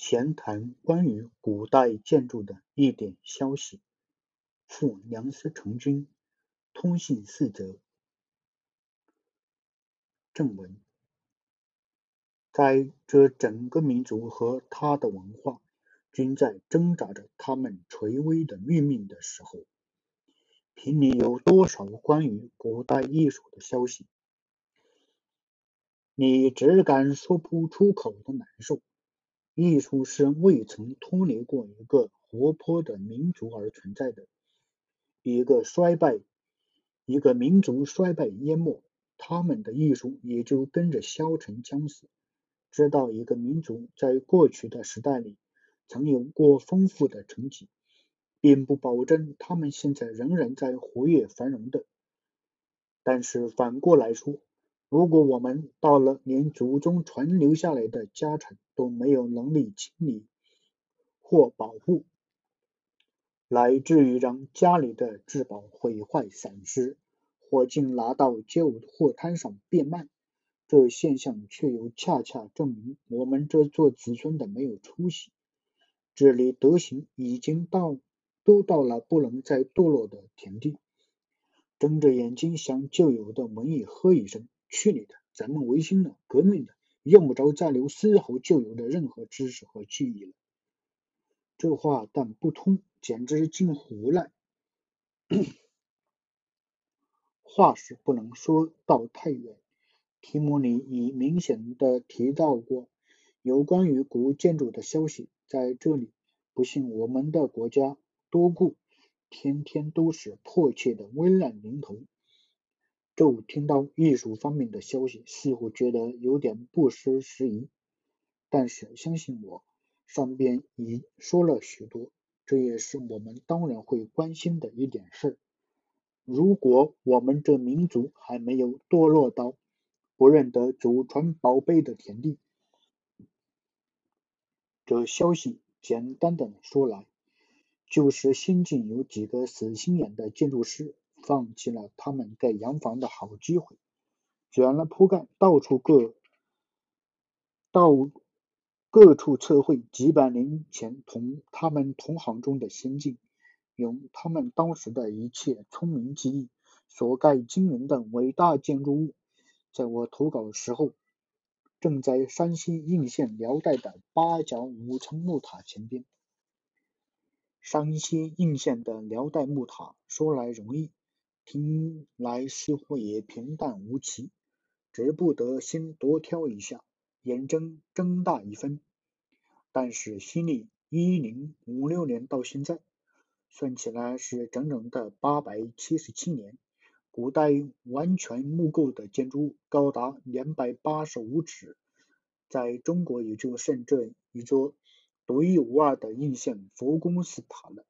闲谈关于古代建筑的一点消息。赴梁思成君，通信4则。正文：在这整个民族和他的文化均在挣扎着他们垂危的命运的时候，评你有多少关于古代艺术的消息？你只感说不出口的难受。艺术是未曾脱离过一个活泼的民族而存在的。一个民族衰败淹没，他们的艺术也就跟着消沉将死。知道一个民族在过去的时代里曾有过丰富的成绩，并不保证他们现在仍然在活跃繁荣的。但是反过来说，如果我们到了连祖宗传留下来的家产都没有能力清理或保护，乃至于让家里的至宝毁坏散失，或竟拿到街尾货摊上变卖，这现象却又恰恰证明我们这做子孙的没有出息，治理德行已经都到了不能再堕落的田地。睁着眼睛向旧有的文艺喝一声：去你的，咱们维新了，革命了，用不着再留丝毫旧有的任何知识和记忆了。这话但不通，简直近胡来。话是不能说到太远。题目里已明显地提到过有关于古建筑的消息，在这里不幸我们的国家多故，天天都是迫切的危难临头。就听到艺术方面的消息，似乎觉得有点不失时宜。但是相信我，上边已说了许多，这也是我们当然会关心的一点事。如果我们这民族还没有堕落到不认得祖传宝贝的田地，这消息简单的说来，就是新晋有几个死心眼的建筑师放弃了他们盖洋房的好机会，卷了铺盖，到各处测绘几百年前他们同行中的先进，用他们当时的一切聪明技艺所盖惊人的伟大建筑物。在我投稿时候，正在山西应县辽代的八角五层木塔前边。山西应县的辽代木塔说来容易，听来似乎也平淡无奇，只不得先多挑一下，眼睁睁大一分。但是西历1056年到现在，算起来是整整的877年。古代完全木构的建筑物高达285尺，在中国也就剩这一座独一无二的应县佛宫寺塔了。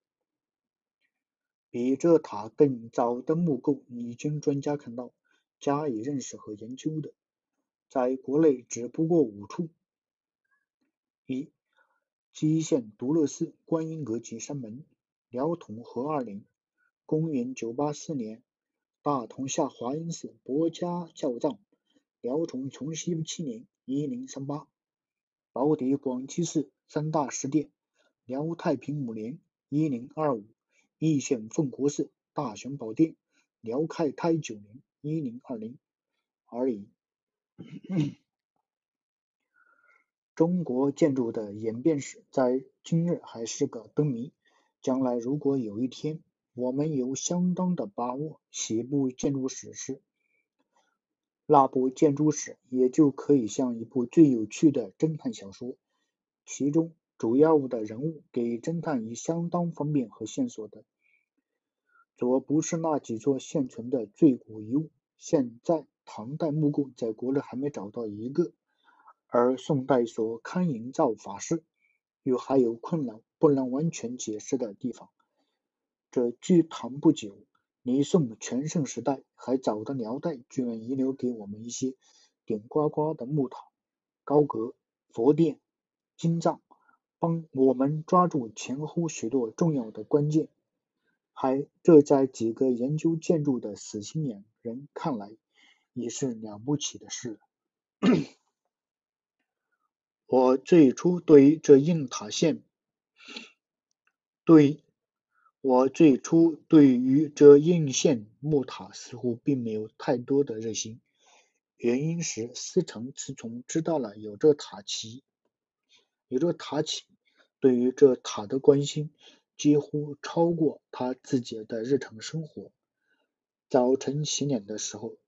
比这塔更早的木构，已经专家看到，加以认识和研究的，在国内只不过5处。一、基县独乐寺观音阁及山门，辽统和2年，公元984年，大同下华阴寺博家教藏，辽统崇熙7年1038，宝坻广济寺三大石殿，辽太平5年1025，义县奉国寺大雄宝殿，辽开泰9年1020而已。中国建筑的演变史在今日还是个灯谜，将来如果有一天我们有相当的把握写部建筑史时，那部建筑史也就可以像一部最有趣的侦探小说，其中主要的人物给侦探以相当方便和线索的。左不是那几座现存的最古遗物，现在唐代木构在国内还没找到一个，而宋代所刊营造法式又还有困难不能完全解释的地方。这距唐不久，离宋全盛时代还早的辽代居然遗留给我们一些顶呱呱的木塔、高阁、佛殿、金藏，帮我们抓住前后许多重要的关键。这在几个研究建筑的死心眼人看来，也是了不起的事了。 我最初对这印塔线对我最初对于这印线木塔似乎并没有太多的热心，原因是思成自从知道了有这塔起，对于这塔的关心几乎超过他自己的日常生活。早晨洗脸的时候，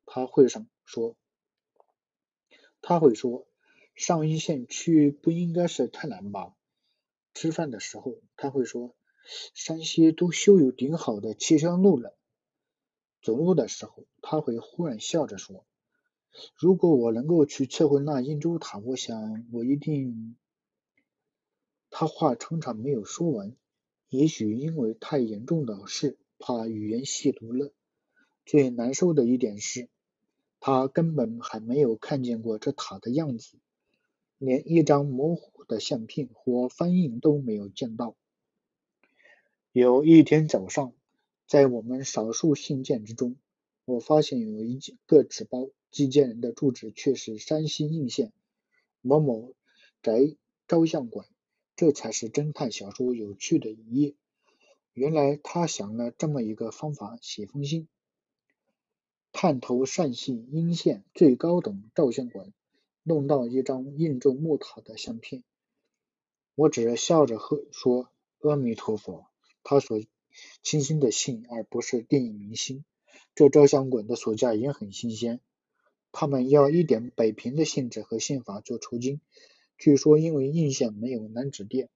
他会说，上一线去不应该是太难吧？吃饭的时候，他会说，山西都修有顶好的气象路了。走路的时候，他会忽然笑着说，如果我能够去测绘那印洲塔，我想我一定……他话常常没有说完，也许因为太严重的事，怕语言泄露了。最难受的一点是，他根本还没有看见过这塔的样子，连一张模糊的相片或翻印都没有见到。有一天早上，在我们少数信件之中，我发现有一个纸包，寄件人的住址却是山西应县某某宅照相馆，这才是侦探小说有趣的一页。原来他想了这么一个方法写封信，探头山西应县最高等照相馆，弄到一张印着木塔的相片。我只笑着说阿弥陀佛，他所倾心的信，而不是电影明星。这照相馆的所价也很新鲜，他们要1点北平的信纸和信法做酬金，据说因为印县没有南纸店。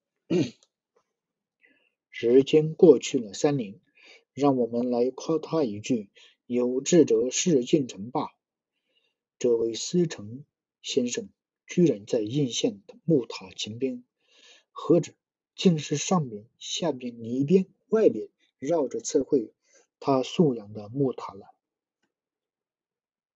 时间过去了3年，让我们来夸他一句，有志者事竟成吧。这位思成先生居然在应县的木塔前边，何止竟是上边、下边、里边、外边绕着测绘他素养的木塔了。